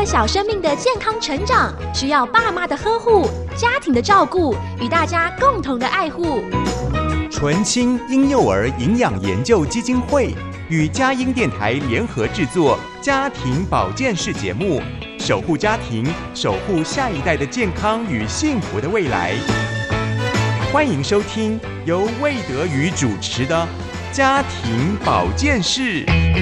小生命的健康成长，需要爸妈的呵护、家庭的照顾与大家共同的爱护。 纯青婴幼儿营养研究基金会与佳音电台联合制作家庭保健室节目，守护家庭，守护下一代的健康与幸福的未来。欢迎收听由魏德瑜主持的家庭保健室。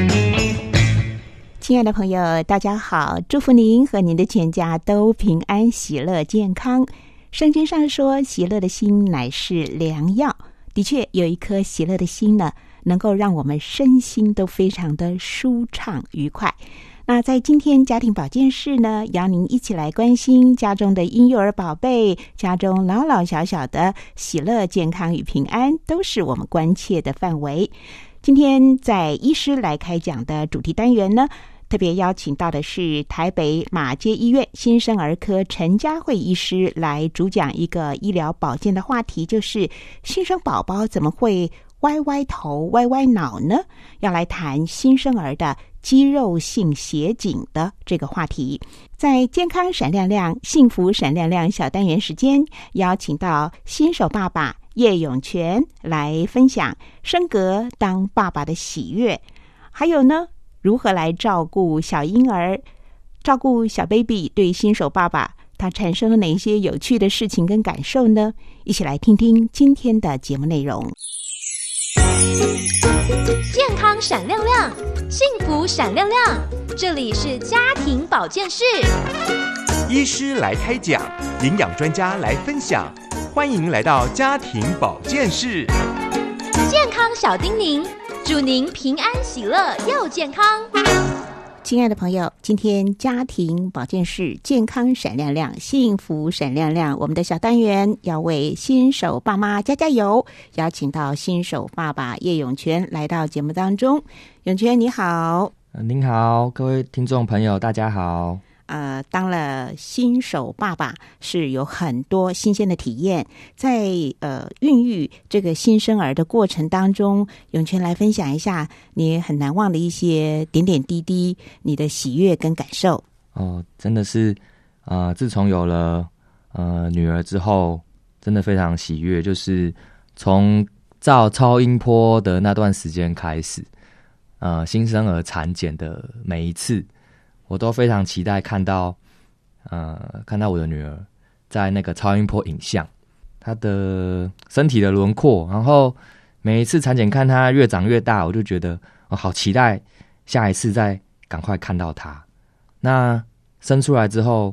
亲爱的朋友，大家好，祝福您和您的全家都平安喜乐健康。圣经上说，喜乐的心乃是良药。的确，有一颗喜乐的心呢，能够让我们身心都非常的舒畅愉快。那在今天家庭保健室呢，邀您一起来关心家中的婴幼儿宝贝，家中老老小小的喜乐健康与平安，都是我们关切的范围。今天在医师来开讲的主题单元呢，特别邀请到的是台北马偕医院新生儿科陈佳慧医师来主讲一个医疗保健的话题，就是新生宝宝怎么会歪歪头歪歪脑呢？要来谈新生儿的肌肉性血颈的这个话题。在健康闪亮亮、幸福闪亮亮小单元时间，邀请到新手爸爸叶永全来分享升格当爸爸的喜悦，还有呢，如何来照顾小婴儿、照顾小 baby， 对新手爸爸他产生了哪一些有趣的事情跟感受呢？一起来听听今天的节目内容。 健康闪亮亮，幸福闪亮亮，这里是家庭保健室。 医师来开讲，营养专家来分享，欢迎来到家庭保健室。 健康小叮咛，祝您平安喜乐又健康。 亲爱的朋友，今天家庭保健室健康闪亮亮，幸福闪亮亮，我们的小单元要为新手爸妈加加油，邀请到新手爸爸叶永全来到节目当中。永全你好。 您好，各位听众朋友大家好。 当了新手爸爸是有很多新鲜的体验，在孕育这个新生儿的过程当中，永全来分享一下你很难忘的一些点点滴滴，你的喜悦跟感受。 真的是自从有了女儿之后，真的非常喜悦，就是从照超音波的那段时间开始，新生儿产检的每一次我都非常期待看到我的女儿在那个超音波影像，她的身体的轮廓，然后每一次产检看她越长越大，我就觉得好期待下一次再赶快看到她。那生出来之后，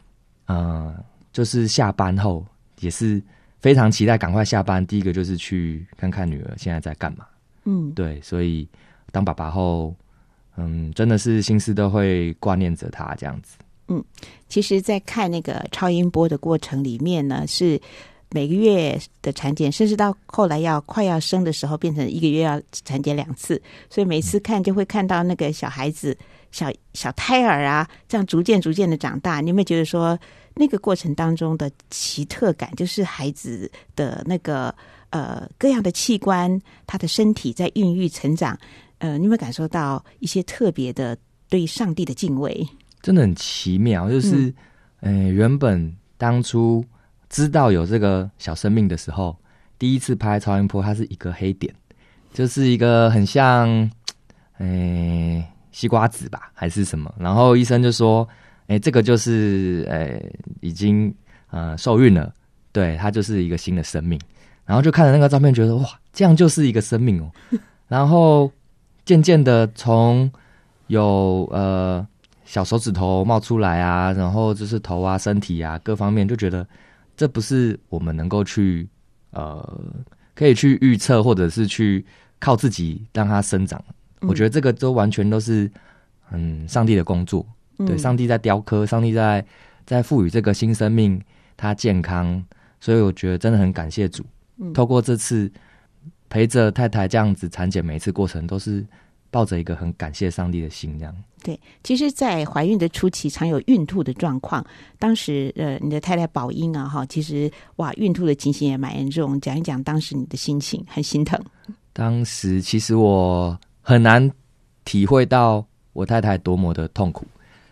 就是下班后也是非常期待赶快下班，第一个就是去看看女儿现在在干嘛。对，所以当爸爸后真的是心思都会挂念着他这样子。 其实在看那个超音波的过程里面呢，是每个月的产检，甚至到后来快要生的时候变成1个月要产检2次，所以每次看就会看到那个小孩子小胎儿啊，这样逐渐的长大。你有没有觉得说那个过程当中的奇特感，就是孩子的那个各样的器官，他的身体在孕育成长，你有没有感受到一些特别的对上帝的敬畏？ 真的很奇妙，就是原本当初知道有这个小生命的时候，第一次拍超音波它是一个黑点，就是一个很像西瓜籽吧还是什么，然后医生就说这个就是已经受孕了，对，它就是一个新的生命。然后就看了那个照片觉得哇，这样就是一个生命哦。然后渐渐的从有小手指头冒出来啊，然后就是头啊身体啊各方面，就觉得这不是我们能够去可以去预测或者是去靠自己让它生长。我觉得这个都完全都是上帝的工作。对，上帝在雕刻，上帝在赋予这个新生命它健康，所以我觉得真的很感谢主。透过这次陪着太太这样子产检，每一次过程都是抱着一个很感谢上帝的心这样。 对，其实在怀孕的初期常有孕吐的状况，当时你的太太宝英啊其实孕吐的情形也蛮严重，讲一讲当时你的心情，很心疼。 当时其实我很难体会到我太太多么的痛苦，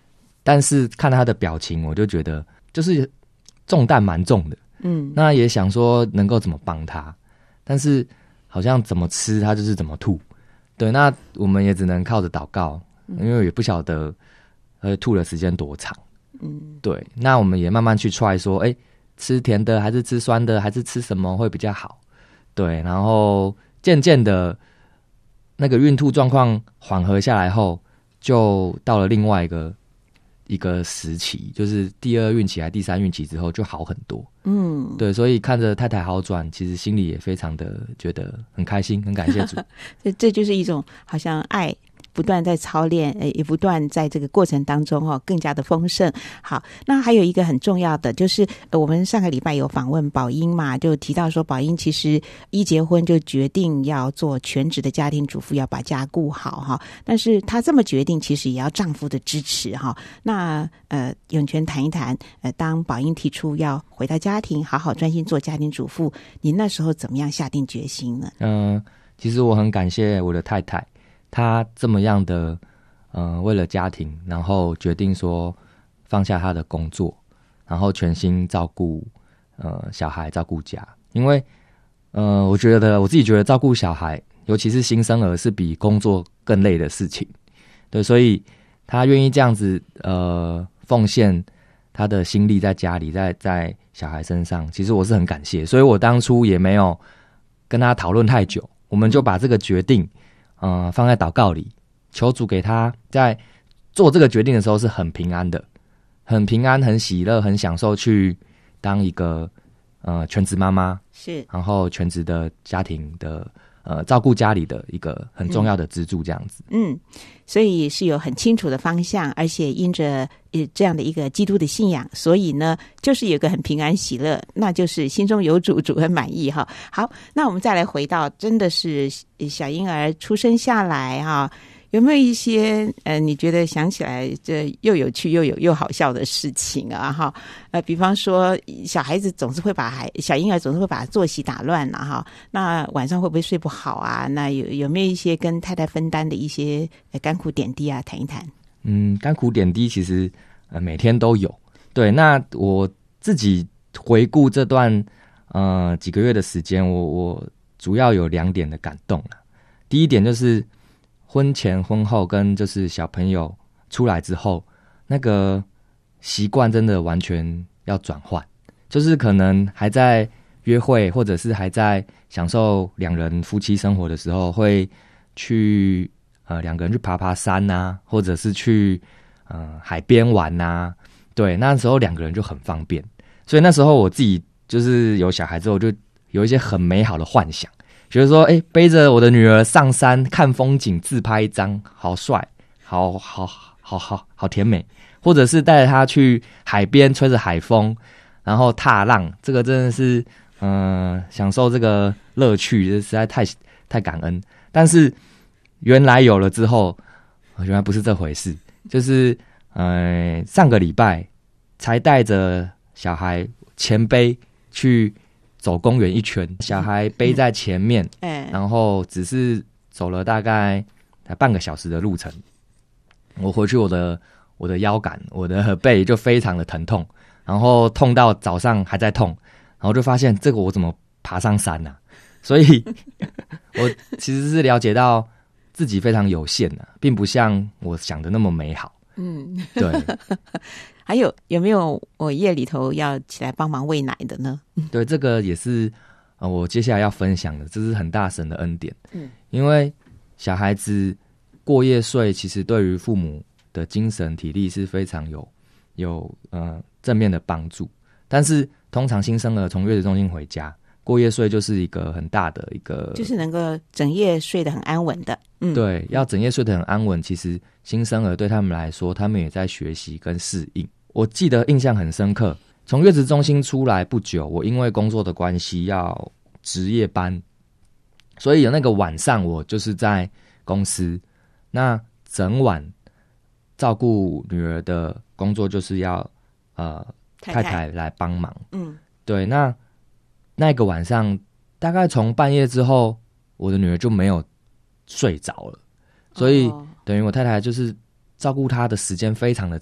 但是看他的表情，我就觉得就是重担蛮重的。那也想说能够怎么帮他，但是好像怎么吃他就是怎么吐。对，那我们也只能靠着祷告，因为也不晓得吐的时间多长。对，那我们也慢慢去 try 说，吃甜的还是吃酸的，还是吃什么会比较好？对，然后渐渐的，那个孕吐状况缓和下来后，就到了另外一个时期，就是第2孕期还第3孕期之后就好很多。对，所以看着太太好转，其实心里也非常的觉得很开心，很感谢主。 这就是一种好像爱不断在操练，也不断在这个过程当中更加的丰盛。好，那还有一个很重要的就是我们上个礼拜有访问宝英嘛，就提到说宝英其实一结婚就决定要做全职的家庭主妇，要把家顾好哈。但是她这么决定，其实也要丈夫的支持哈。那永泉谈一谈，当宝英提出要回到家庭，好好专心做家庭主妇，你那时候怎么样下定决心呢？ 其实我很感谢我的太太。他这么样的为了家庭，然后决定说放下他的工作，然后全心照顾小孩，照顾家。因为我自己觉得照顾小孩，尤其是新生儿，是比工作更累的事情。对，所以他愿意这样子奉献他的心力在家里，在小孩身上，其实我是很感谢。所以我当初也没有跟他讨论太久，我们就把这个决定放在祷告里，求主给他在做这个决定的时候是很平安的，很平安，很喜乐，很享受去当一个全职妈妈，是，然后全职的家庭的照顾家里的一个很重要的支柱，这样子。 所以是有很清楚的方向，而且因着这样的一个基督的信仰，所以呢就是有一个很平安喜乐，那就是心中有主，主很满意哈。好，那我们再来回到真的是小婴儿出生下来哈，有没有一些你觉得想起来这又有趣又好笑的事情啊哈？比方说小婴儿总是会把作息打乱了哈，那晚上会不会睡不好啊？那有没有一些跟太太分担的一些甘苦点滴啊？谈一谈。 甘苦点滴其实每天都有。对，那我自己回顾这段几个月的时间，我主要有2点的感动啦。第一点就是婚前婚后跟就是小朋友出来之后，那个习惯真的完全要转换，就是可能还在约会或者是还在享受2人夫妻生活的时候，会去2个人去爬山啊，或者是去海边玩啊。对，那时候2个人就很方便，所以那时候我自己就是有小孩之后，就有一些很美好的幻想，觉得说背着我的女儿上山看风景，自拍一张，好帅，好甜美。或者是带着她去海边吹着海风，然后踏浪，这个真的是享受这个乐趣，实在太感恩。但是原来有了之后，原来不是这回事，就是上个礼拜才带着小孩前背去走公园一圈，小孩背在前面，然后只是走了大概半个小时的路程，我回去我的腰杆，我的背就非常的疼痛，然后痛到早上还在痛，然后就发现这个我怎么爬上山啊？所以我其实是了解到自己非常有限啊，并不像我想的那么美好。对。 还有没有我夜里头要起来帮忙喂奶的呢？ 对，这个也是我接下来要分享的，这是很大神的恩典。因为小孩子过夜睡，其实对于父母的精神体力是非常有正面的帮助。但是通常新生儿从月子中心回家，过夜睡就是一个很大的一个， 就是能够整夜睡得很安稳的。 对，要整夜睡得很安稳，其实新生儿对他们来说，他们也在学习跟适应。我记得印象很深刻，从月子中心出来不久，我因为工作的关系要值夜班，所以有那个晚上我就是在公司，那整晚照顾女儿的工作就是要太太来帮忙。对，那个晚上大概从半夜之后，我的女儿就没有睡着了，所以等于我太太就是照顾她的时间非常的长，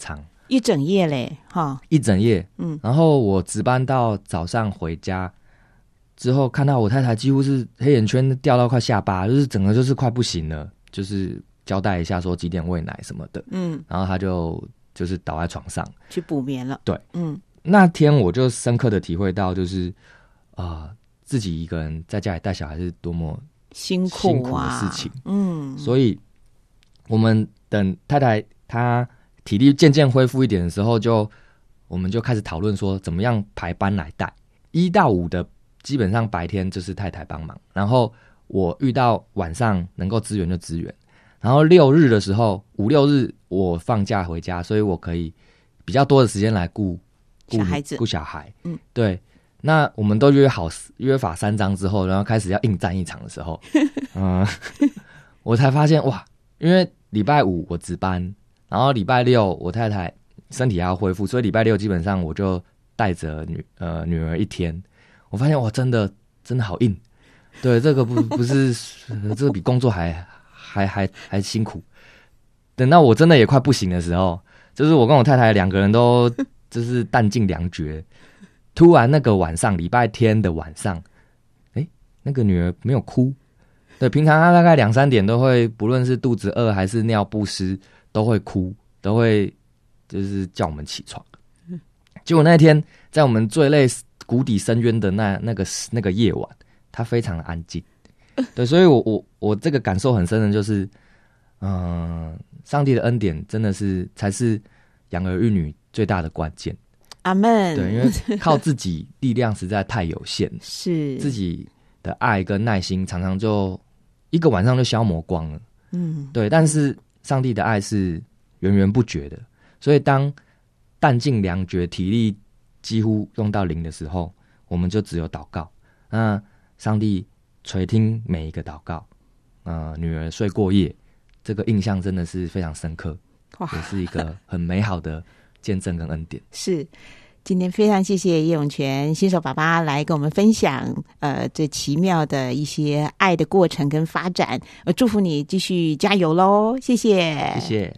一整夜嘞，哈， 一整夜。 嗯， 然后我值班到早上回家之后，看到我太太几乎是黑眼圈掉到快下巴，就是整个就是快不行了，就是交代一下说几点喂奶什么的。嗯，然后她就是倒在床上去补眠了。 对，那天我就深刻的体会到，就是自己一个人在家里带小孩是多么辛苦的事情。所以我们等太太她体力渐渐恢复一点的时候，我们就开始讨论说怎么样排班来带。1到5的基本上白天就是太太帮忙，然后我遇到晚上能够支援就支援，然后6日的时候5、6日我放假回家，所以我可以比较多的时间来顾小孩子， 顾小孩。对。那我们都约法3章之后，然后开始要应战一场的时候，我才发现哇，因为礼拜5我值班，然后礼拜6我太太身体还要恢复，所以礼拜6基本上我就带着女儿1天。我发现哇，真的好硬。对，这个不是这个比工作还辛苦。等到我真的也快不行的时候，就是我跟我太太2个人都就是弹尽粮绝。突然那个晚上，礼拜天的晚上，那个女儿没有哭。对，平常她大概2、3点都会，不论是肚子饿还是尿不湿，都会哭，都会就是叫我们起床。结果那天在我们最累谷底深渊的那个夜晚，她非常的安静。对，所以我这个感受很深的就是，上帝的恩典真的才是养儿育女最大的关键。 阿们。 对，因为靠自己力量实在太有限， 是自己的爱跟耐心常常就一个晚上就消磨光了。对，但是上帝的爱是源源不绝的，所以当弹尽粮绝、体力几乎用到0的时候，我们就只有祷告。那上帝垂听每一个祷告，女儿睡过夜，这个印象真的是非常深刻，也是一个很美好的见证跟恩典。 是，今天非常谢谢叶永全新手爸爸来跟我们分享这奇妙的一些爱的过程跟发展，祝福你继续加油咯，谢谢。 谢谢。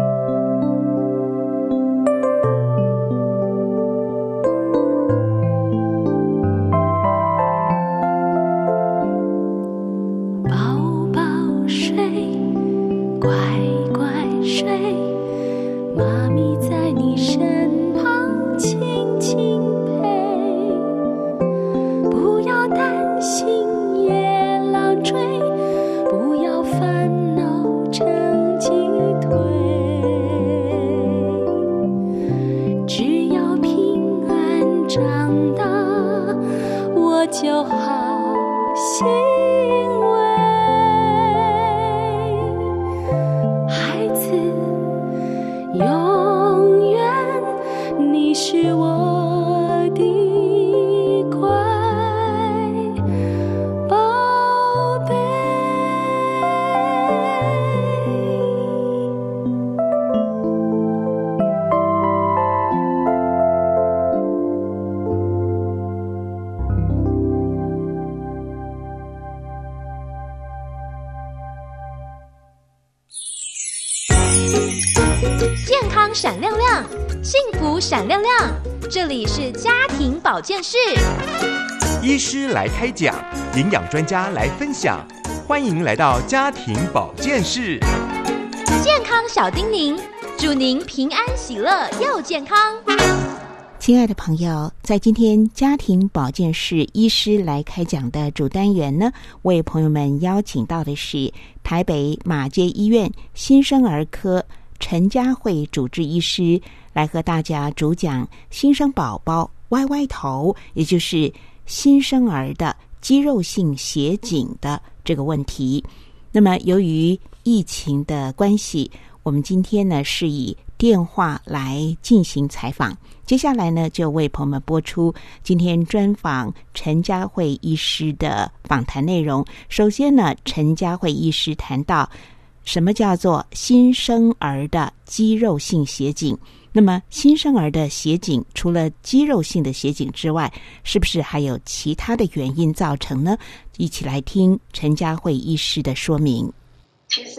宝宝睡，乖乖睡，妈咪在你身旁轻轻陪，不要担心夜郎追，不要烦恼成击退，只要平安长大，我就好欣慰。孩子，永远你是我的乖宝贝。 健康闪亮亮，幸福闪亮亮，这里是家庭保健室。 医师来开讲，营养专家来分享，欢迎来到家庭保健室。 健康小叮咛，祝您平安喜乐又健康。 亲爱的朋友，在今天家庭保健室医师来开讲的主单元呢，为朋友们邀请到的是台北马偕医院新生儿科陈佳慧主治医师，来和大家主讲新生宝宝歪歪头，也就是新生儿的肌肉性斜颈的这个问题。那么由于疫情的关系，我们今天呢是以电话来进行采访，接下来呢就为朋友们播出今天专访陈佳慧医师的访谈内容。首先呢，陈佳慧医师谈到什么叫做新生儿的肌肉性斜颈。那么新生儿的斜颈除了肌肉性的斜颈之外，是不是还有其他的原因造成呢？一起来听陈佳慧医师的说明。 其实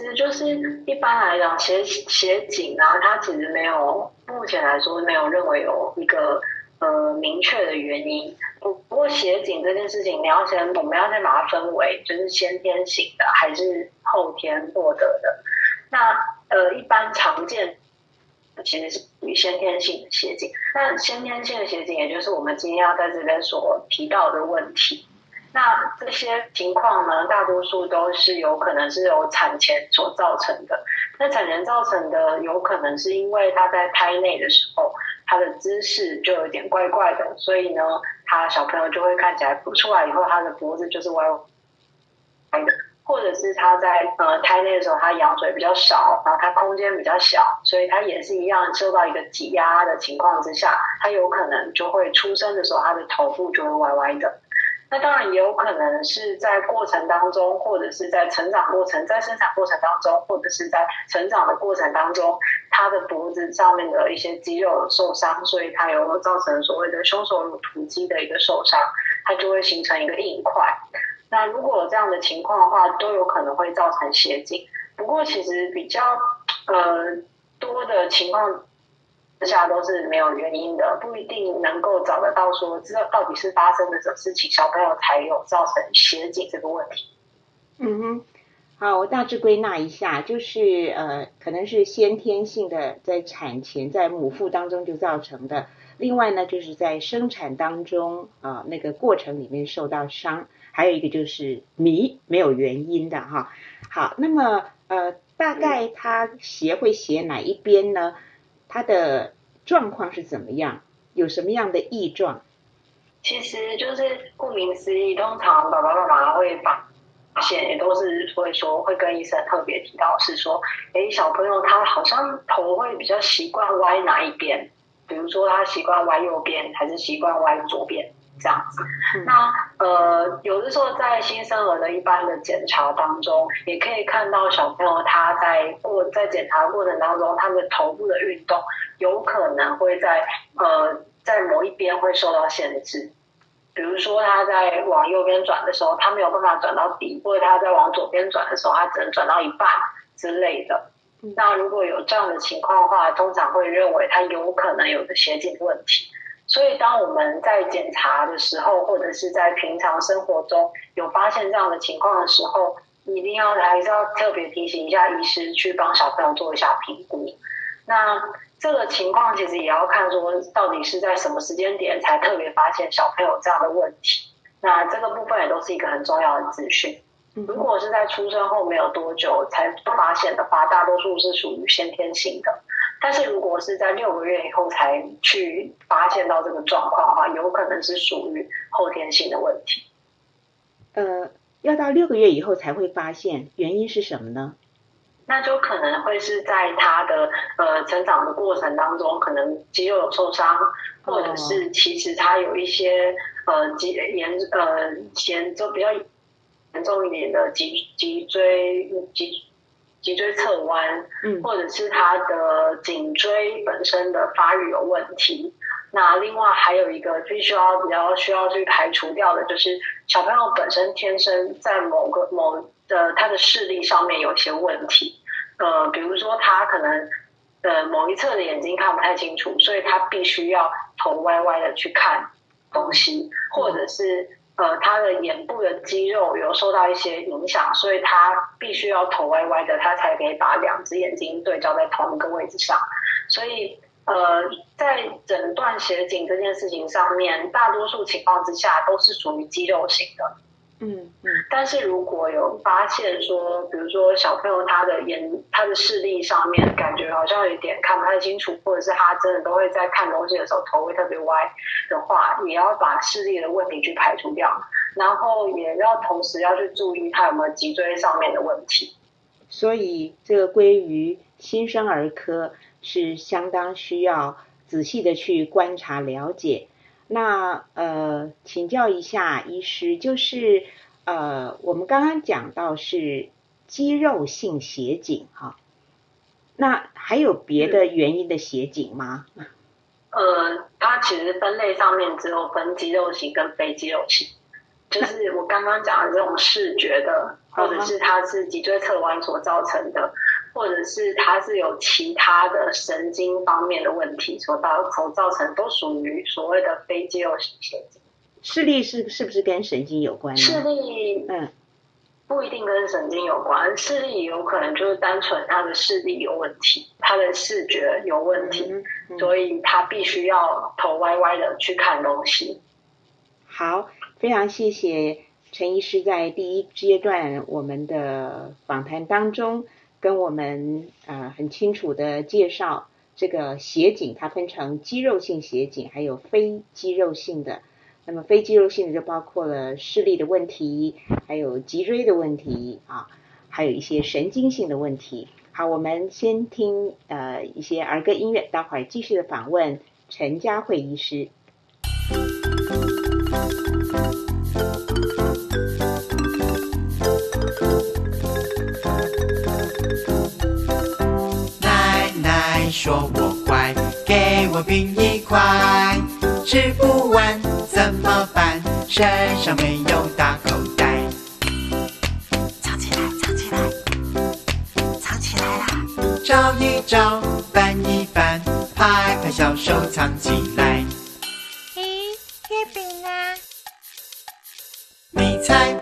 实就是一般来讲，斜颈啊，它其实没有，目前来说没有认为有一个明确的原因。不过斜颈这件事情，我们要先把它分为就是先天性的还是后天获得的。那一般常见其实是属于先天性的斜颈。那先天性的斜颈，也就是我们今天要在这边所提到的问题。那这些情况呢，大多数都是有可能是由产前所造成的。那产前造成的，有可能是因为他在胎内的时候，他的姿势就有点怪怪的，所以呢，他小朋友就会看起来出来以后，他的脖子就是歪歪的，或者是他在胎内的时候，他羊水比较少，然后他空间比较小，所以他也是一样受到一个挤压的情况之下，他有可能就会出生的时候，他的头部就会歪歪的。那当然也有可能是在过程当中，或者是在成长过程，在生产过程当中，或者是在成长的过程当中，他的脖子上面的一些肌肉受伤，所以他有造成所谓的胸锁乳突肌的一个受伤，它就会形成一个硬块。那如果有这样的情况的话，都有可能会造成斜颈。不过其实比较多的情况之下都是没有原因的，不一定能够找得到说知道到底是发生了什么事情，小朋友才有造成斜颈这个问题。 嗯哼，好，我大致归纳一下，就是可能是先天性的，在产前在母腹当中就造成的。另外呢，就是在生产当中那个过程里面受到伤，还有一个就是没有原因的哈。好，那么大概他会斜哪一边呢？他的状况是怎么样？有什么样的异状？ 其实就是顾名思义，通常爸爸妈妈会发现，也都是会跟医生特别提到，是说，小朋友他好像头会比较习惯歪哪一边，比如说他习惯歪右边，还是习惯歪左边这样子。那有的时候在新生儿的一般的检查当中，也可以看到小朋友他在检查过程当中，他的头部的运动有可能会在某一边会受到限制。比如说他在往右边转的时候，他没有办法转到底，或者他在往左边转的时候，他只能转到一半之类的。那如果有这样的情况的话，通常会认为他有可能有的斜颈问题。所以当我们在检查的时候，或者是在平常生活中有发现这样的情况的时候，一定还是要特别提醒一下医师去帮小朋友做一下评估。那这个情况其实也要看说到底是在什么时间点才特别发现小朋友这样的问题，那这个部分也都是一个很重要的资讯。如果是在出生后没有多久才发现的话，大多数是属于先天性的。但是如果是在6个月以后才去发现到这个状况的话，有可能是属于后天性的问题。 要到6个月以后才会发现，原因是什么呢？ 那就可能会是在他的成长的过程当中，可能肌肉有受伤，或者是其实他有一些比较严重一点的脊椎侧弯，或者是他的颈椎本身的发育有问题。那另外还有一个比较需要去排除掉的，就是小朋友本身天生在他的视力上面有一些问题，比如说他可能某一侧的眼睛看不太清楚，所以他必须要头歪歪的去看东西，或者是他的眼部的肌肉有受到一些影响，所以他必须要头歪歪的，他才可以把2只眼睛对照在同一个位置上。所以在诊断斜颈这件事情上面，大多数情况之下都是属于肌肉型的。但是如果有发现说，比如说小朋友他的视力上面感觉好像有点看不太清楚，或者是他真的都会在看东西的时候头会特别歪的话，也要把视力的问题去排除掉，然后也要同时要去注意他有没有脊椎上面的问题。 所以这个归于新生儿科是相当需要仔细的去观察了解。那请教一下医师，就是我们刚刚讲到是肌肉性斜颈哈，那还有别的原因的斜颈吗？ 它其实分类上面只有分肌肉型跟非肌肉型，就是我刚刚讲的这种视觉的或者是它是脊椎侧弯所造成的，或者是它是有其他的神经方面的问题所造成，都属于所谓的非肌肉性血颈。 视力是不是跟神经有关呢？ 视力不一定跟神经有关，视力有可能就是单纯他的视力有问题，他的视觉有问题，所以他必须要头歪歪的去看东西。 好，非常谢谢陈医师在第一阶段我们的访谈当中跟我们很清楚的介绍这个血颈，它分成肌肉性血颈还有非肌肉性的。那么非肌肉性的就包括了视力的问题，还有脊椎的问题啊，还有一些神经性的问题。好，我们先听一些儿歌音乐，待会儿继续的访问陈佳慧医师。 奶奶说我乖，给我饼一块，吃不完怎么办？身上没有大口袋。藏起来，藏起来，藏起来啦！找一找，翻一翻，拍拍小手藏起来。 咦，月饼呢？ 你猜？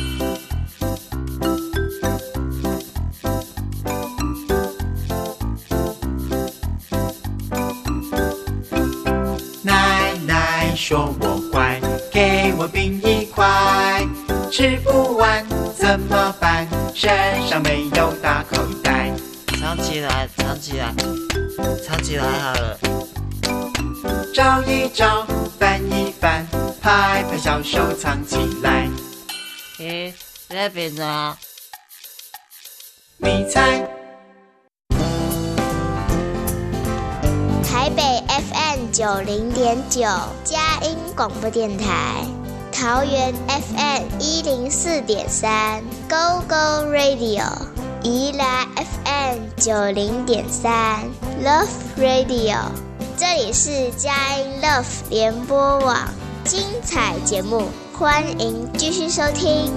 奶奶说我乖，给我饼一块，吃不完怎么办？身上没有大口袋。 藏起来，藏起来，藏起来好了。 找一找，翻一翻，拍拍小手藏起来。 咦，月饼呢？ 你猜？ 台北 FM 90.9佳音广播电台，桃园 FM 104.3 Go Go Radio， 宜兰 FM 90.3 Love Radio， 这里是佳音 Love 联播网，精彩节目，欢迎继续收听。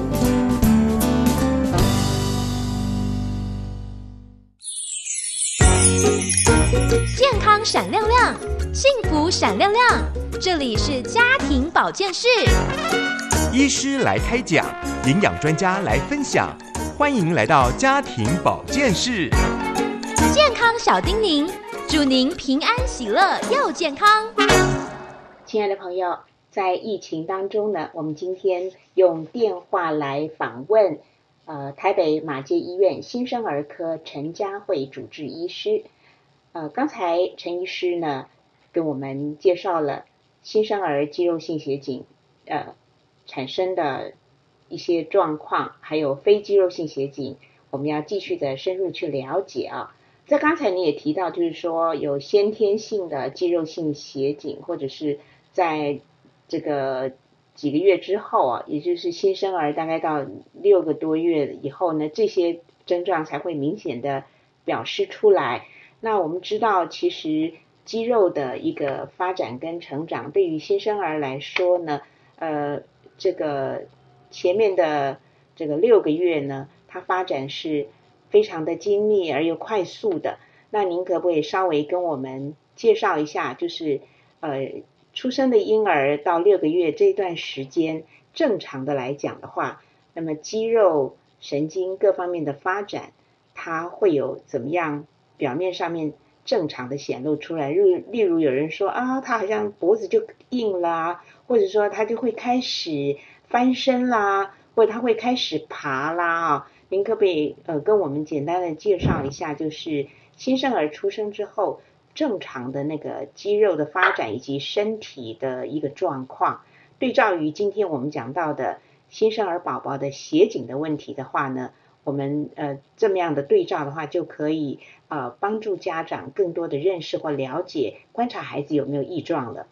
健康闪亮亮，幸福闪亮亮，这里是家庭保健室。 医师来开讲，营养专家来分享，欢迎来到家庭保健室。 健康小叮咛，祝您平安喜乐又健康。 亲爱的朋友，在疫情当中呢，我们今天用电话来访问台北马偕医院新生儿科陈佳慧主治医师。刚才陈医师呢跟我们介绍了新生儿肌肉性血颈产生的一些状况，还有非肌肉性血颈，我们要继续的深入去了解啊。在刚才你也提到，就是说有先天性的肌肉性血颈，或者是在这个几个月之后啊，也就是新生儿大概到6个多月以后呢，这些症状才会明显的表示出来。那我们知道，其实肌肉的一个发展跟成长，对于新生儿来说呢，这个前面的这个6个月呢，它发展是非常的精密而又快速的。那您可不可以稍微跟我们介绍一下，就是出生的婴儿到6个月这段时间，正常的来讲的话，那么肌肉、神经各方面的发展，它会有怎么样表面上面正常的显露出来？例如有人说啊，他好像脖子就硬啦，或者说他就会开始翻身啦，或者他会开始爬啦。您可不可以跟我们简单的介绍一下，就是新生儿出生之后正常的那个肌肉的发展以及身体的一个状况，对照于今天我们讲到的新生儿宝宝的血颈的问题的话呢，我们这么样的对照的话，就可以帮助家长更多的认识或了解，观察孩子有没有异状了。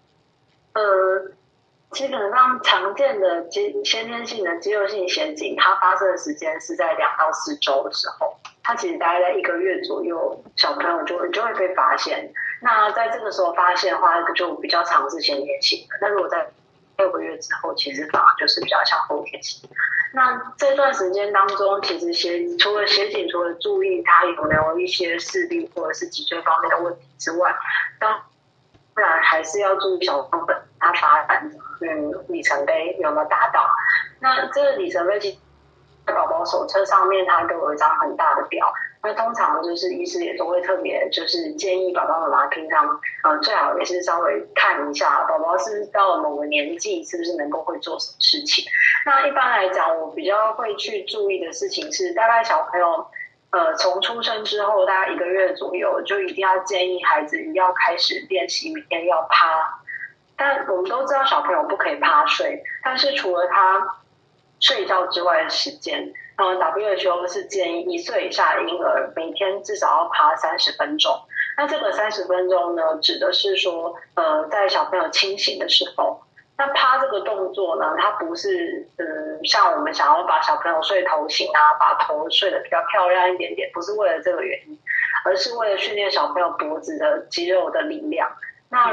基本上常见的先天性的肌肉性血颈，它发生的时间是在2到4周的时候，它其实大概在1个月左右，小朋友就会被发现。那在这个时候发现的话，就比较常是先天性的。那如果在6个月之后，其实反而就是比较像后天性。 那这段时间当中，其实除了斜颈，除了注意他有没有一些视力或者是脊椎方面的问题之外，当然还是要注意小朋友他发展里程碑有没有达到。那这个里程碑其实在宝宝手册上面它都有一张很大的表，那通常就是医师也都会特别就是建议爸爸妈妈平常最好也是稍微看一下宝宝是到了某个年纪是不是能够会做什么事情。那一般来讲我比较会去注意的事情是大概小朋友从出生之后大概1个月左右就一定要建议孩子要开始练习每天要趴。但我们都知道小朋友不可以趴睡，但是除了他睡觉之外的时间WHO 是建议1岁以下的婴儿每天至少要趴30分钟。那这个30分钟呢指的是说在小朋友清醒的时候。那趴这个动作呢它不是像我们想要把小朋友睡头醒啊，把头睡得比较漂亮一点点，不是为了这个原因，而是为了训练小朋友脖子的肌肉的力量。那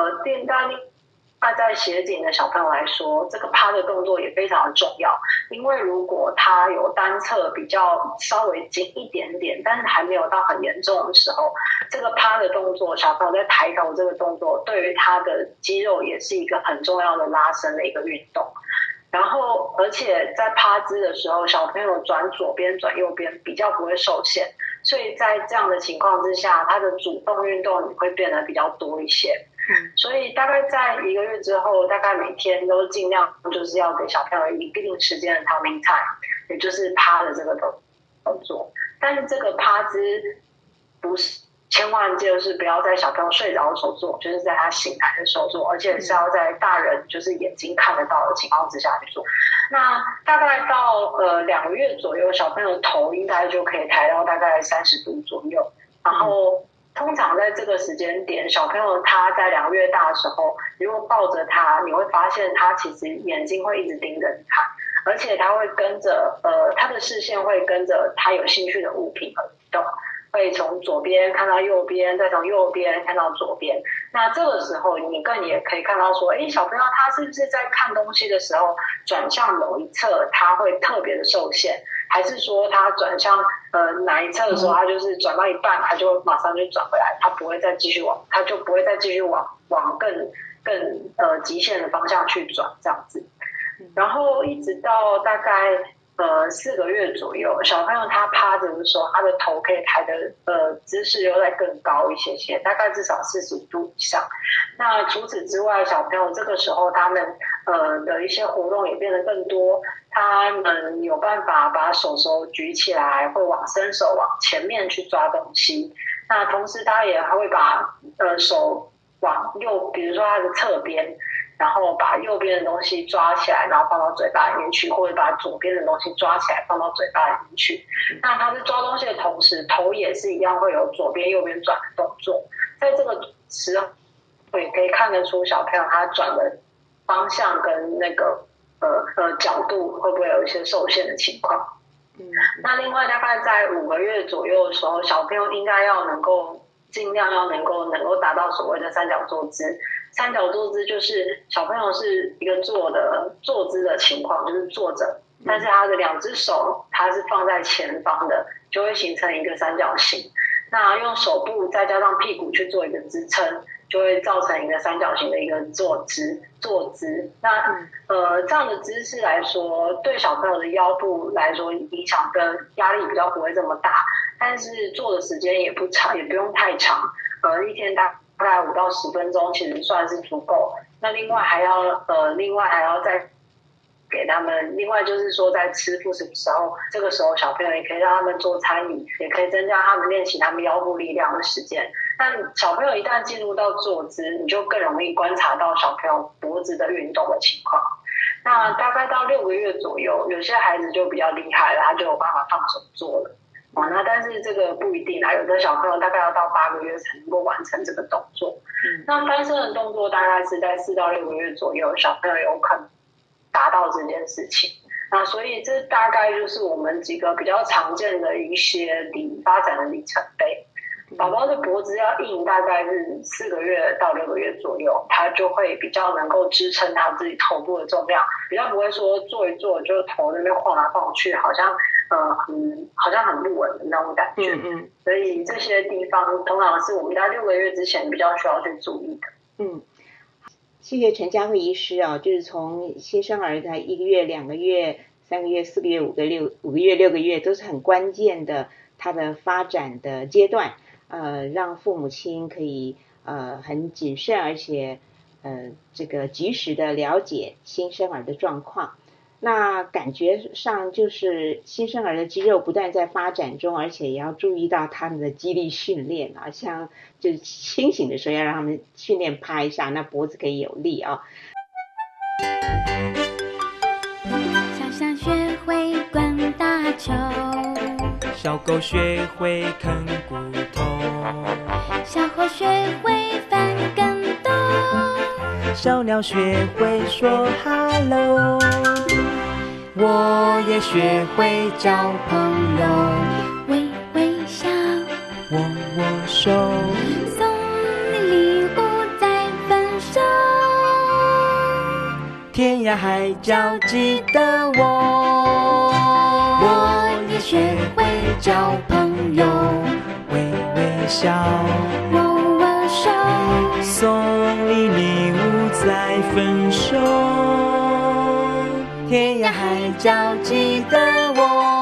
在斜颈的小朋友来说，这个趴的动作也非常的重要，因为如果他有单侧比较稍微紧一点点，但是还没有到很严重的时候，这个趴的动作，小朋友在抬头这个动作，对于他的肌肉也是一个很重要的拉伸的一个运动。然后而且在趴姿的时候，小朋友转左边转右边比较不会受限，所以在这样的情况之下，他的主动运动也会变得比较多一些。所以大概在1个月之后，大概每天都尽量就是要给小朋友一定时间的 timing time， 也就是趴的这个动作。但是这个趴姿不是千万就是不要在小朋友睡着的时候做，就是在他醒来的时候做，而且是要在大人就是眼睛看得到的情况之下去做。那大概到2个月左右，小朋友头应该就可以抬到大概30度左右，然后通常在这个时间点，小朋友他在2个月大的时候，如果抱着他，你会发现他其实眼睛会一直盯着你看，而且他会跟着他的视线会跟着他有兴趣的物品而移动，会从左边看到右边，再从右边看到左边。那这个时候你也可以看到说，小朋友他是不是在看东西的时候转向某一侧他会特别的受限，还是说他转向哪一侧的时候，他就是转到一半他就马上就转回来，他就不会再继续往更极限的方向去转这样子。然后一直到大概4个月左右，小朋友他趴着的时候，他的头可以抬的姿势又再更高一些些，大概至少45度以上。那除此之外，小朋友这个时候他们的一些活动也变得更多，他们有办法把手举起来，会伸手往前面去抓东西。那同时他也还会把手往右，比如说他的侧边，然后把右边的东西抓起来，然后放到嘴巴里面去，或者把左边的东西抓起来放到嘴巴里面去。那他在抓东西的同时，头也是一样会有左边右边转的动作。在这个时候也可以看得出小朋友他转的方向跟那个角度会不会有一些受限的情况。那另外大概在5个月左右的时候，小朋友应该要尽量要能够达到所谓的3角坐姿。3角坐姿就是小朋友是一个坐姿的情况，就是坐着，但是他的2只手他是放在前方的，就会形成一个3角形。那用手部再加上屁股去做一个支撑，就会造成一个3角形的一个坐姿。那这样的姿势来说，对小朋友的腰部来说影响跟压力比较不会这么大，但是做的时间也不长，也不用太长，一天大概5到10分钟其实算是足够。那另外还要再给他们，另外就是说在吃副食的时候，这个时候小朋友也可以让他们做参与，也可以增加他们练习他们腰部力量的时间。但小朋友一旦进入到坐姿，你就更容易观察到小朋友脖子的运动的情况。那大概到6个月左右，有些孩子就比较厉害了，他就有办法放手做了。那但是这个不一定啦，有的小朋友大概要到8个月才能够完成这个动作。那翻身的动作大概是在4到6个月左右，小朋友有可能达到这件事情。那所以这大概就是我们几个比较常见的一些发展的里程碑。 宝宝的脖子要硬大概是4个月到6个月左右，他就会比较能够支撑他自己头部的重量，比较不会说坐一坐就头那边晃来晃去，好像很不稳的那种感觉。所以这些地方通常是我们在6个月之前比较需要去注意的。 谢谢陈佳慧医师啊，就是从新生儿在1个月、2个月、3个月、4个月、5个月、6个月都是很关键的，他的发展的阶段，让父母亲可以很谨慎，而且这个及时的了解新生儿的状况。那感觉上就是新生儿的肌肉不断在发展中，而且也要注意到他们的肌力训练啊，像就是清醒的时候要让他们训练趴一下，那脖子可以有力啊。 小象学会滚大球， 小狗学会啃骨头， 小猴学会翻跟斗， 小鸟学会说 hello， 我也学会交朋友， 微微笑， 握握手， 送你礼物再分手， 天涯海角记得我， 我也学会交朋友， 微微笑， 握握手， 送你礼物再分手，天涯海角记得我。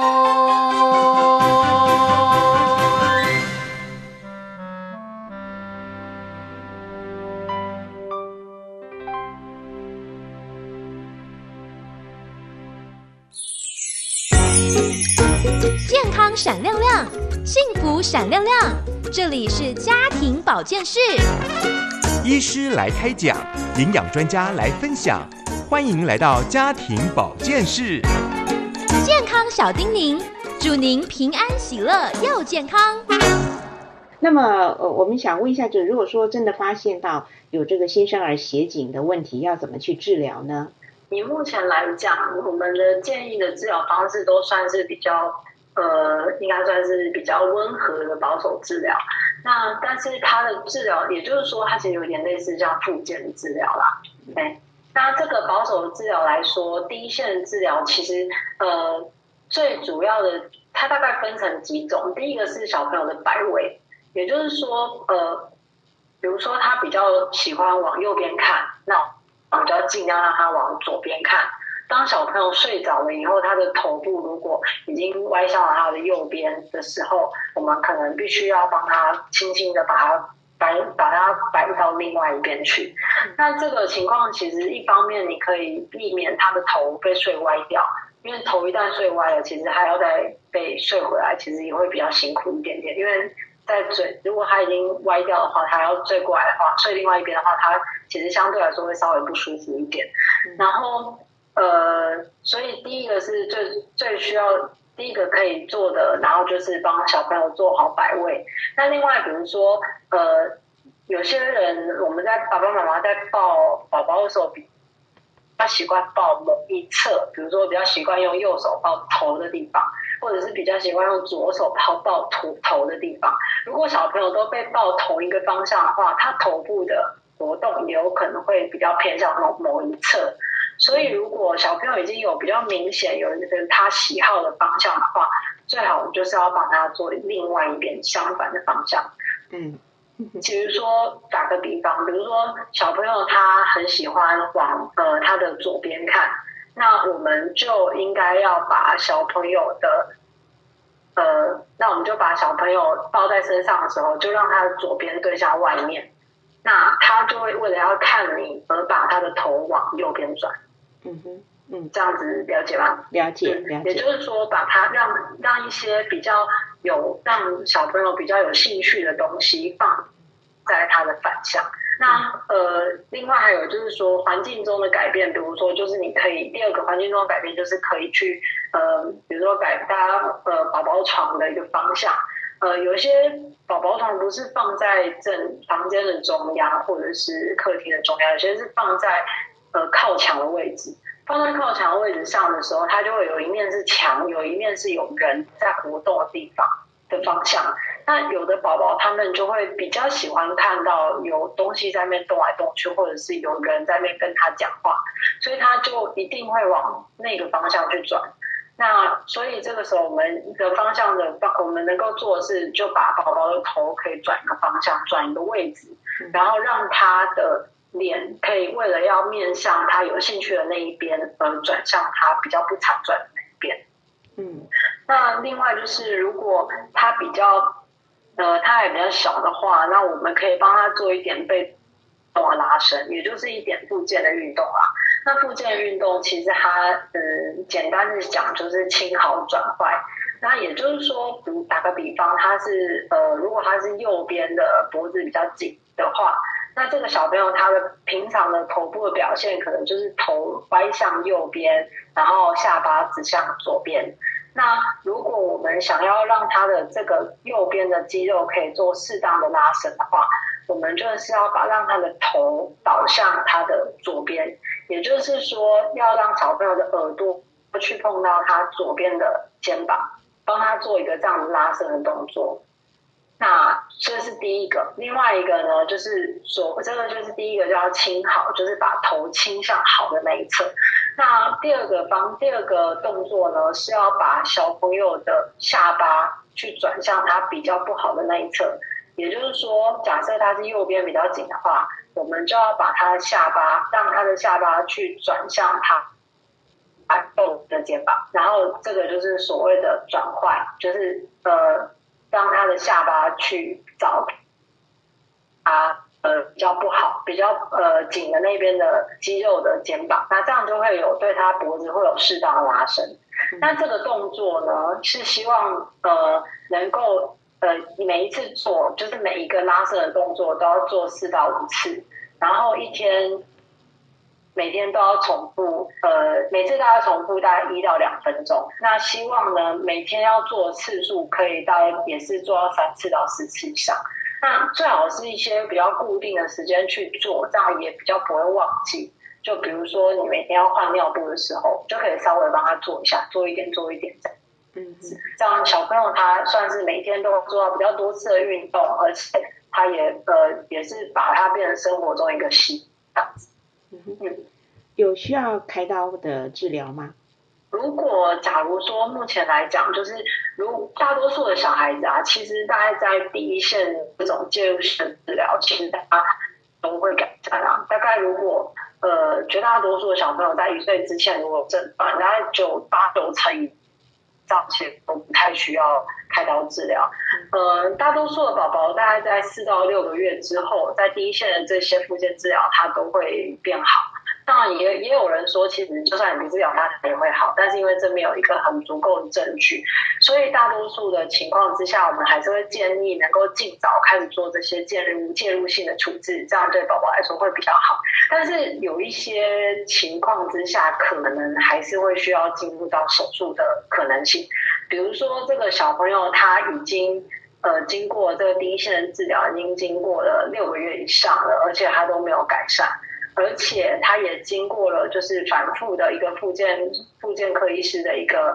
健康闪亮亮，幸福闪亮亮，这里是家庭保健室。 医师来开讲，营养专家来分享，欢迎来到家庭保健室。 健康小叮咛，祝您平安喜乐又健康。 那么我们想问一下，就如果说真的发现到有这个新生儿斜颈的问题，要怎么去治疗呢？ 以目前来讲，我们的建议的治疗方式都算是比较应该算是比较温和的保守治疗。那但是它的治疗，也就是说它其实有点类似像复健的治疗啦。对，那这个保守的治疗来说，第一线的治疗其实最主要的它大概分成几种。第一个是小朋友的摆位，也就是说比如说他比较喜欢往右边看，那我们就要尽量让他往左边看。当小朋友睡着了以后，他的头部如果已经歪向了他的右边的时候，我们可能必须要帮他轻轻的把它摆到另外一边去。那这个情况其实一方面你可以避免他的头被睡歪掉，因为头一旦睡歪了，其实还要再被睡回来，其实也会比较辛苦一点点。因为如果他已经歪掉的话，他要睡过来的话，睡另外一边的话，他其实相对来说会稍微不舒服一点。然后所以第一个是最需要第一个可以做的，然后就是帮小朋友做好摆位。那另外比如说有些人我们在爸爸妈妈在抱宝宝的时候比较习惯抱某一侧，比如说比较习惯用右手抱头的地方，或者是比较习惯用左手抱头的地方。如果小朋友都被抱同一个方向的话，他头部的活动也有可能会比较偏向某一侧。所以如果小朋友已经有比较明显有一个他喜好的方向的话，最好就是要帮他做另外一边相反的方向。比如说打个比方，比如说小朋友他很喜欢往他的左边看，那我们就应该要把小朋友的那我们就把小朋友抱在身上的时候，就让他的左边对向外面，那他就会为了要看你而把他的头往右边转。这样子了解吗？ 了解。 也就是说把它让一些比较让小朋友比较有兴趣的东西放在他的反向。那另外还有就是说环境中的改变，比如说就是你可以第二个环境中的改变就是可以去比如说改大家宝宝床的一个方向。有些宝宝床不是放在房间的中央或者是客厅的中央，有些是放在靠墙的位置。放在靠墙的位置上的时候，它就会有一面是墙，有一面是有人在活动的地方的方向。 那有的宝宝他们就会比较喜欢看到有东西在那边动来动去，或者是有人在那边跟他讲话，所以他就一定会往那个方向去转。那所以这个时候我们的方向的，我们能够做的是就把宝宝的头可以转一个方向，转一个位置，然后让他的脸可以为了要面向他有兴趣的那一边而转向他比较不常转的那一边。那另外就是如果他比较他还比较小的话，那我们可以帮他做一点被动的拉伸，也就是一点复健的运动啦。那复健运动其实它简单的讲就是轻好转坏。那也就是说，打个比方，他是如果他是右边的脖子比较紧的话，那这个小朋友他的平常的头部的表现可能就是头歪向右边，然后下巴指向左边。那如果我们想要让他的这个右边的肌肉可以做适当的拉伸的话，我们就是要让他的头导向他的左边，也就是说要让小朋友的耳朵去碰到他左边的肩膀，帮他做一个这样的拉伸的动作。那这是第一个。另外一个呢，就是这个就是第一个叫倾好，就是把头倾向好的那一侧。那第二个动作呢，是要把小朋友的下巴去转向他比较不好的那一侧。也就是说，假设他是右边比较紧的话，我们就要把他的下巴，让他的下巴去转向他的肩膀，然后这个就是所谓的转换，就是让他的下巴去找他比较不好、比较紧的那边的肌肉的肩膀，那这样就会有对他脖子会有适当的拉伸。那这个动作呢，是希望能够每一次做，就是每一个拉伸的动作都要做4到5次，然后每天都要重复，每次大概重复大概1到2分钟。那希望呢，每天要做的次数可以大概也是做到3次到4次以上。那最好是一些比较固定的时间去做，这样也比较不会忘记。就比如说你每天要换尿布的时候，就可以稍微帮他做一下，做一点这样。这样小朋友他算是每天都做到比较多次的运动，而且他也是把它变成生活中一个习惯。 有需要开刀的治疗吗？ 假如说目前来讲，就是大多数的小孩子啊，其实大概在第一线这种介入性治疗，其实大家都会改善啊。大概如果绝大多数的小朋友在1岁之前如果诊断，大概8、9成以上其实都不太需要开刀治疗。大多数的宝宝大概在4到6个月之后，在第一线的这些复健治疗，它都会变好。当然也有人说，其实就算你不治疗它也会好，但是因为这没有一个很足够的证据，所以大多数的情况之下，我们还是会建议能够尽早开始做这些介入性的处置，这样对宝宝来说会比较好。但是有一些情况之下，可能还是会需要进入到手术的可能性。比如说这个小朋友他已经经过这个第一线的治疗，已经经过了6个月以上了，而且他都没有改善。而且他也经过了就是反复的一个复健科医师的一个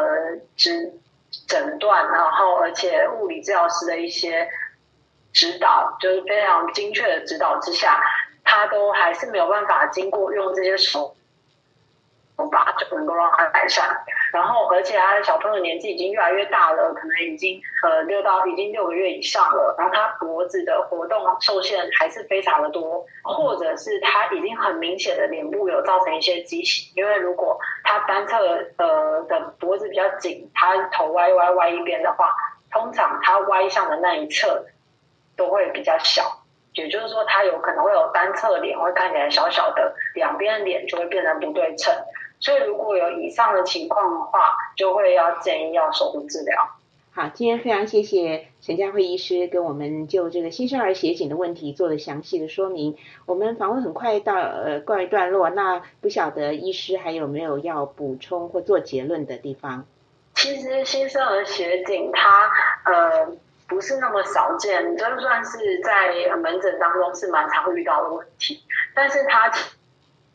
诊断，然后而且物理治疗师的一些指导，就是非常精确的指导之下，他都还是没有办法经过用这些手法就能够让他改善。然后而且他的小朋友年纪已经越来越大了，可能已经6个月以上了，然后他脖子的活动受限还是非常的多，或者是他已经很明显的脸部有造成一些畸形，因为如果他单侧的脖子比较紧，他头歪一边的话，通常他歪向的那一侧都会比较小，也就是说他有可能会有单侧脸会看起来小小的，两边脸就会变得不对称。所以如果有以上的情况的话，就会要建议要手术治疗。 好，今天非常谢谢陈佳慧医师跟我们就这个新生儿斜颈的问题做了详细的说明。我们访问很快到告一段落，那不晓得医师还有没有要补充或做结论的地方？ 其实新生儿斜颈它不是那么少见，就算是在门诊当中是蛮常遇到的问题，但是它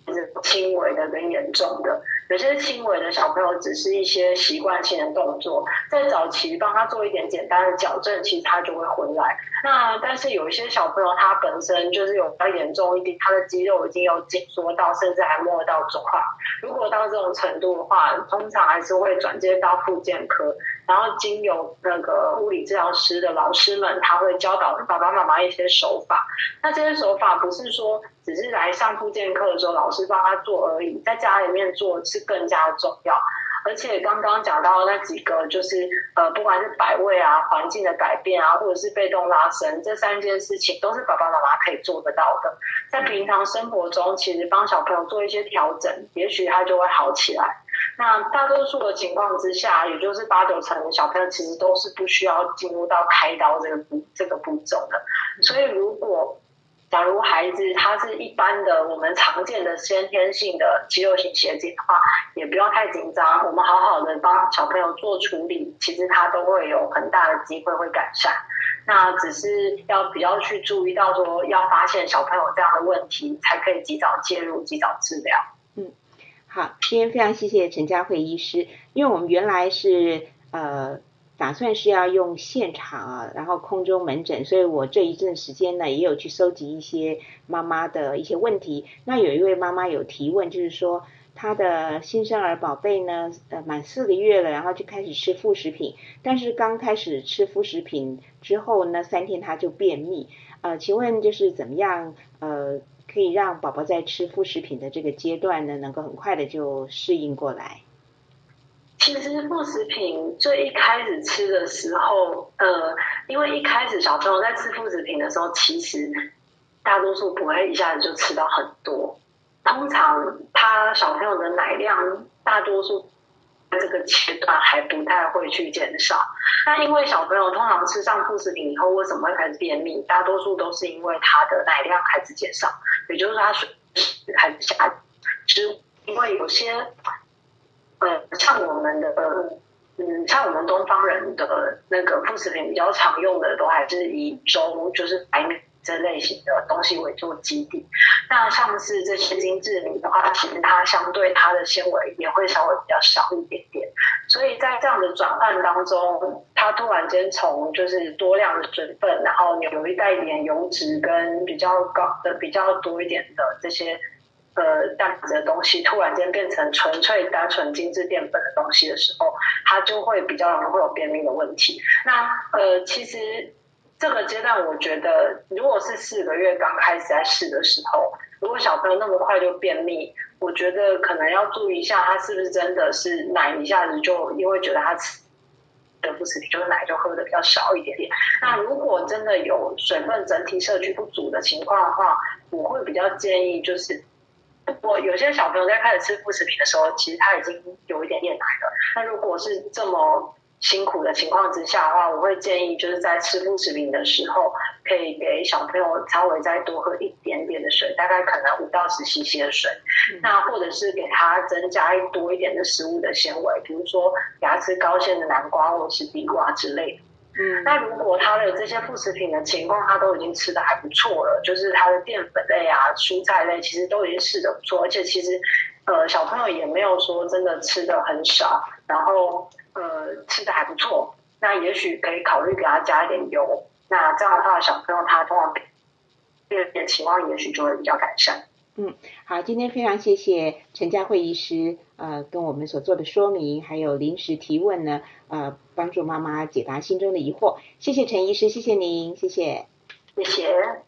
实轻微的跟严重的。有些轻微的小朋友只是一些习惯性的动作，在早期帮他做一点简单的矫正，其实他就会回来。那但是有一些小朋友他本身就是有比较严重一点，他的肌肉已经有紧缩到，甚至还摸得到肿块。如果到这种程度的话，通常还是会转接到复健科，然后经由那个物理治疗师的老师们，他会教导爸爸妈妈一些手法。那这些手法不是说只是来上复健课的时候老师帮他做而已，在家里面做是更加重要。而且刚刚讲到那几个，就是不管是摆位啊、环境的改变啊，或者是被动拉伸，这3件事情都是爸爸妈妈可以做得到的。在平常生活中，其实帮小朋友做一些调整，也许他就会好起来。那大多数的情况之下，也就是8-9成的小朋友其实都是不需要进入到开刀这个步骤的。所以假如孩子他是一般的我们常见的先天性的肌肉型斜颈的话，也不要太紧张，我们好好的帮小朋友做处理，其实他都会有很大的机会会改善。那只是要比较去注意到说，要发现小朋友这样的问题，才可以及早介入、及早治疗。 好，今天非常谢谢陈佳慧医师，因为我们原来是打算是要用现场啊，然后空中门诊，所以我这一阵时间呢也有去收集一些妈妈的一些问题。那有一位妈妈有提问，就是说她的新生儿宝贝呢满4个月了，然后就开始吃副食品，但是刚开始吃副食品之后呢3天她就便秘。请问就是怎么样可以让宝宝在吃副食品的这个阶段呢能够很快的就适应过来？ 其实副食品最一开始吃的时候，因为一开始小朋友在吃副食品的时候，其实大多数不会一下子就吃到很多。通常他小朋友的奶量，大多数在这个阶段还不太会去减少。那因为小朋友通常吃上副食品以后，为什么会开始便秘？大多数都是因为他的奶量开始减少，也就是他水开始下降。因为有些像我们的像我们东方人的那个副食品比较常用的，都还是以粥，就是白米这类型的东西为做基底。那像是这些精致米的话，其实它相对它的纤维也会稍微比较少一点点。所以在这样的转换当中，它突然间从就是多量的水分，然后有一带一点油脂跟比较多一点的这些蛋白质的东西，突然间变成纯粹单纯精致淀粉的东西的时候，它就会比较容易会有便秘的问题。那其实这个阶段我觉得，如果是4个月刚开始在试的时候，如果小朋友那么快就便秘，我觉得可能要注意一下，他是不是真的是奶一下子就因为觉得他吃的副食品就是奶就喝的比较少一点点。那如果真的有水分整体摄取不足的情况的话，我会比较建议就是有些小朋友在开始吃副食品的时候，其实他已经有一点厌奶了。那如果是这么辛苦的情况之下的话，我会建议就是在吃副食品的时候，可以给小朋友稍微再多喝一点点的水，大概可能5到10 cc 的水。那或者是给他增加多一点的食物的纤维，比如说给他吃高纤的南瓜或者是地瓜之类的。那如果他的这些副食品的情况他都已经吃的还不错了，就是他的淀粉类啊、蔬菜类其实都已经吃的不错，而且其实小朋友也没有说真的吃的很少，然后吃的还不错，那也许可以考虑给他加一点油。那这样的话，小朋友他通常便秘的情况也许就会比较改善。 好，今天非常谢谢陈佳慧医师跟我们所做的说明，还有临时提问呢帮助妈妈解答心中的疑惑。谢谢陈医师，谢谢您，谢谢。 谢谢。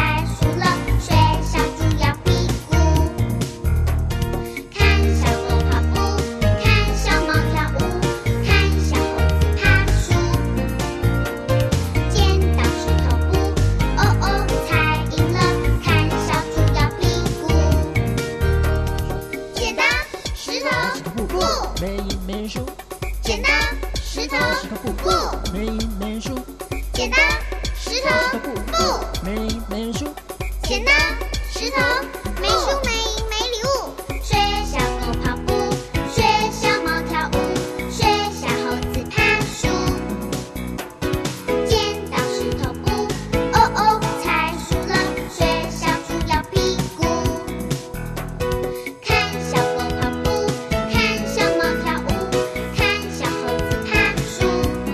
看小狗跑石头，没输没赢没礼物。学小狗跑步，学小猫跳舞，学小猴子爬树。剪刀石头布，哦哦猜输了，学小猪摇屁股。看小狗跑步，看小猫跳舞，看小猴子爬树。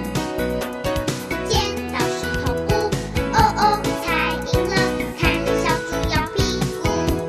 剪刀石头布，哦哦猜赢了，看小猪摇屁股。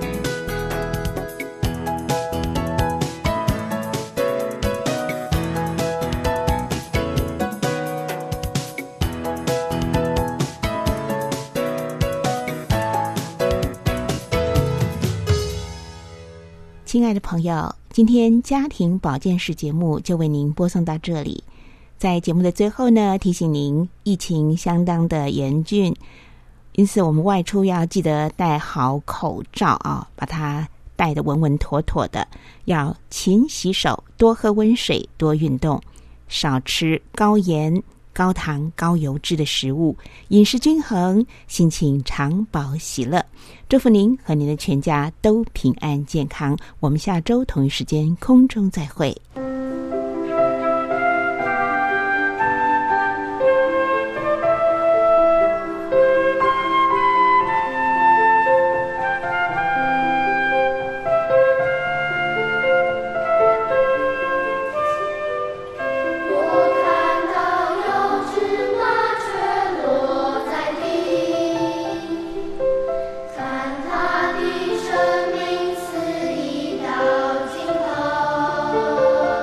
亲爱的朋友，今天家庭保健室节目就为您播送到这里。在节目的最后呢，提醒您疫情相当的严峻，因此我们外出要记得戴好口罩啊，把它戴得稳稳妥妥的，要勤洗手，多喝温水，多运动，少吃高盐、高糖、高油脂的食物，饮食均衡，心情常保喜乐。祝福您和您的全家都平安健康。我们下周同一时间空中再会。 生命似一道尽头。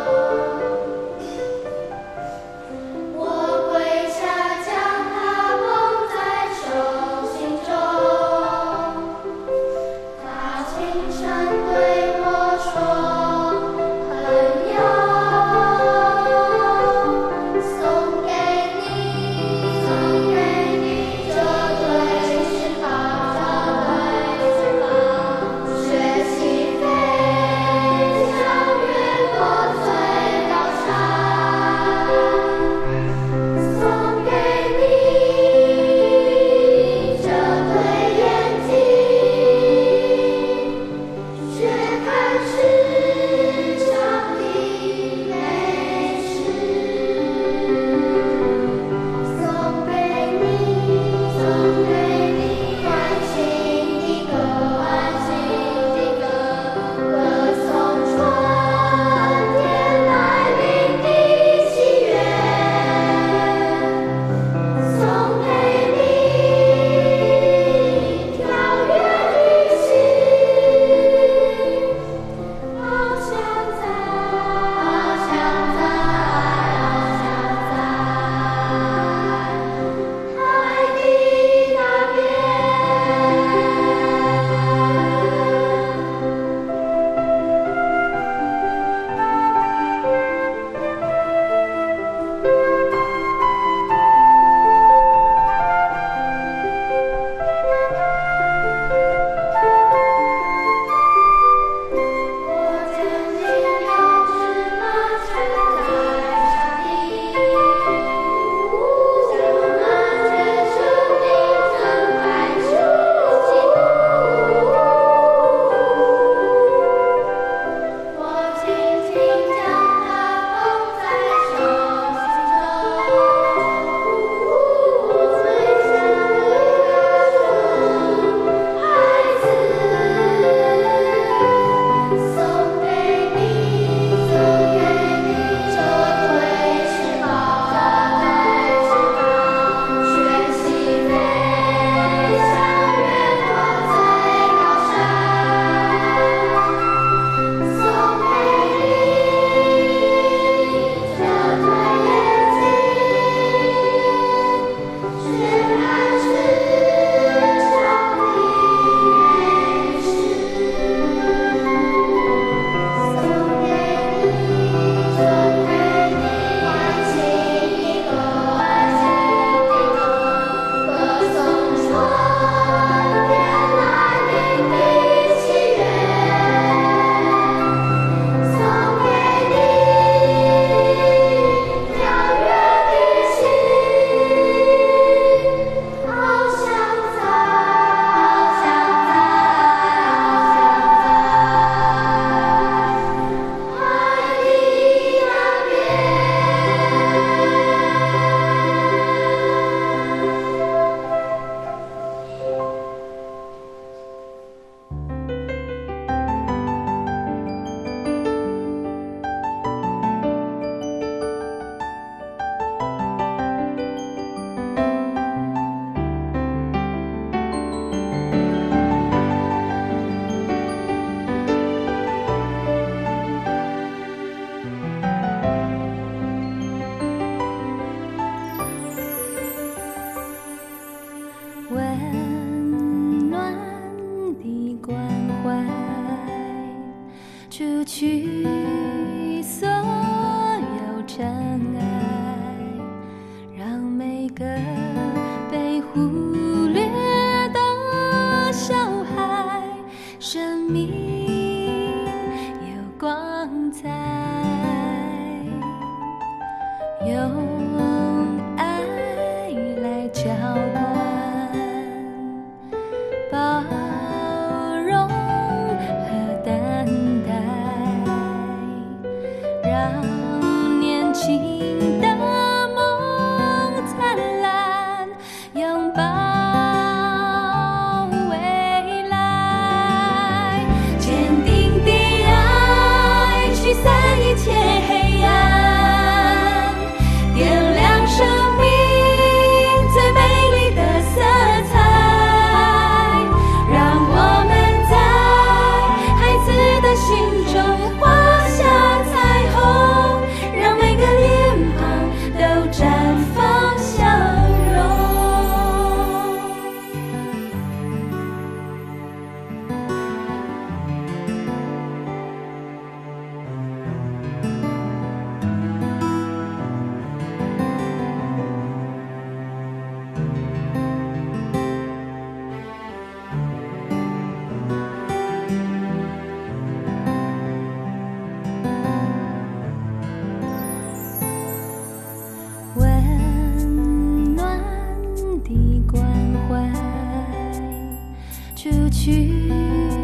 除去所有尘埃，让每个被忽略的小孩生命有光彩，用爱来浇灌，包容和担待，让年轻的梦灿烂，拥抱未来，坚定的爱驱散一切黑暗，点亮生命最美丽的色彩，让我们在孩子的心中画下彩虹，让每个脸庞都绽放笑容。温暖的关怀，除去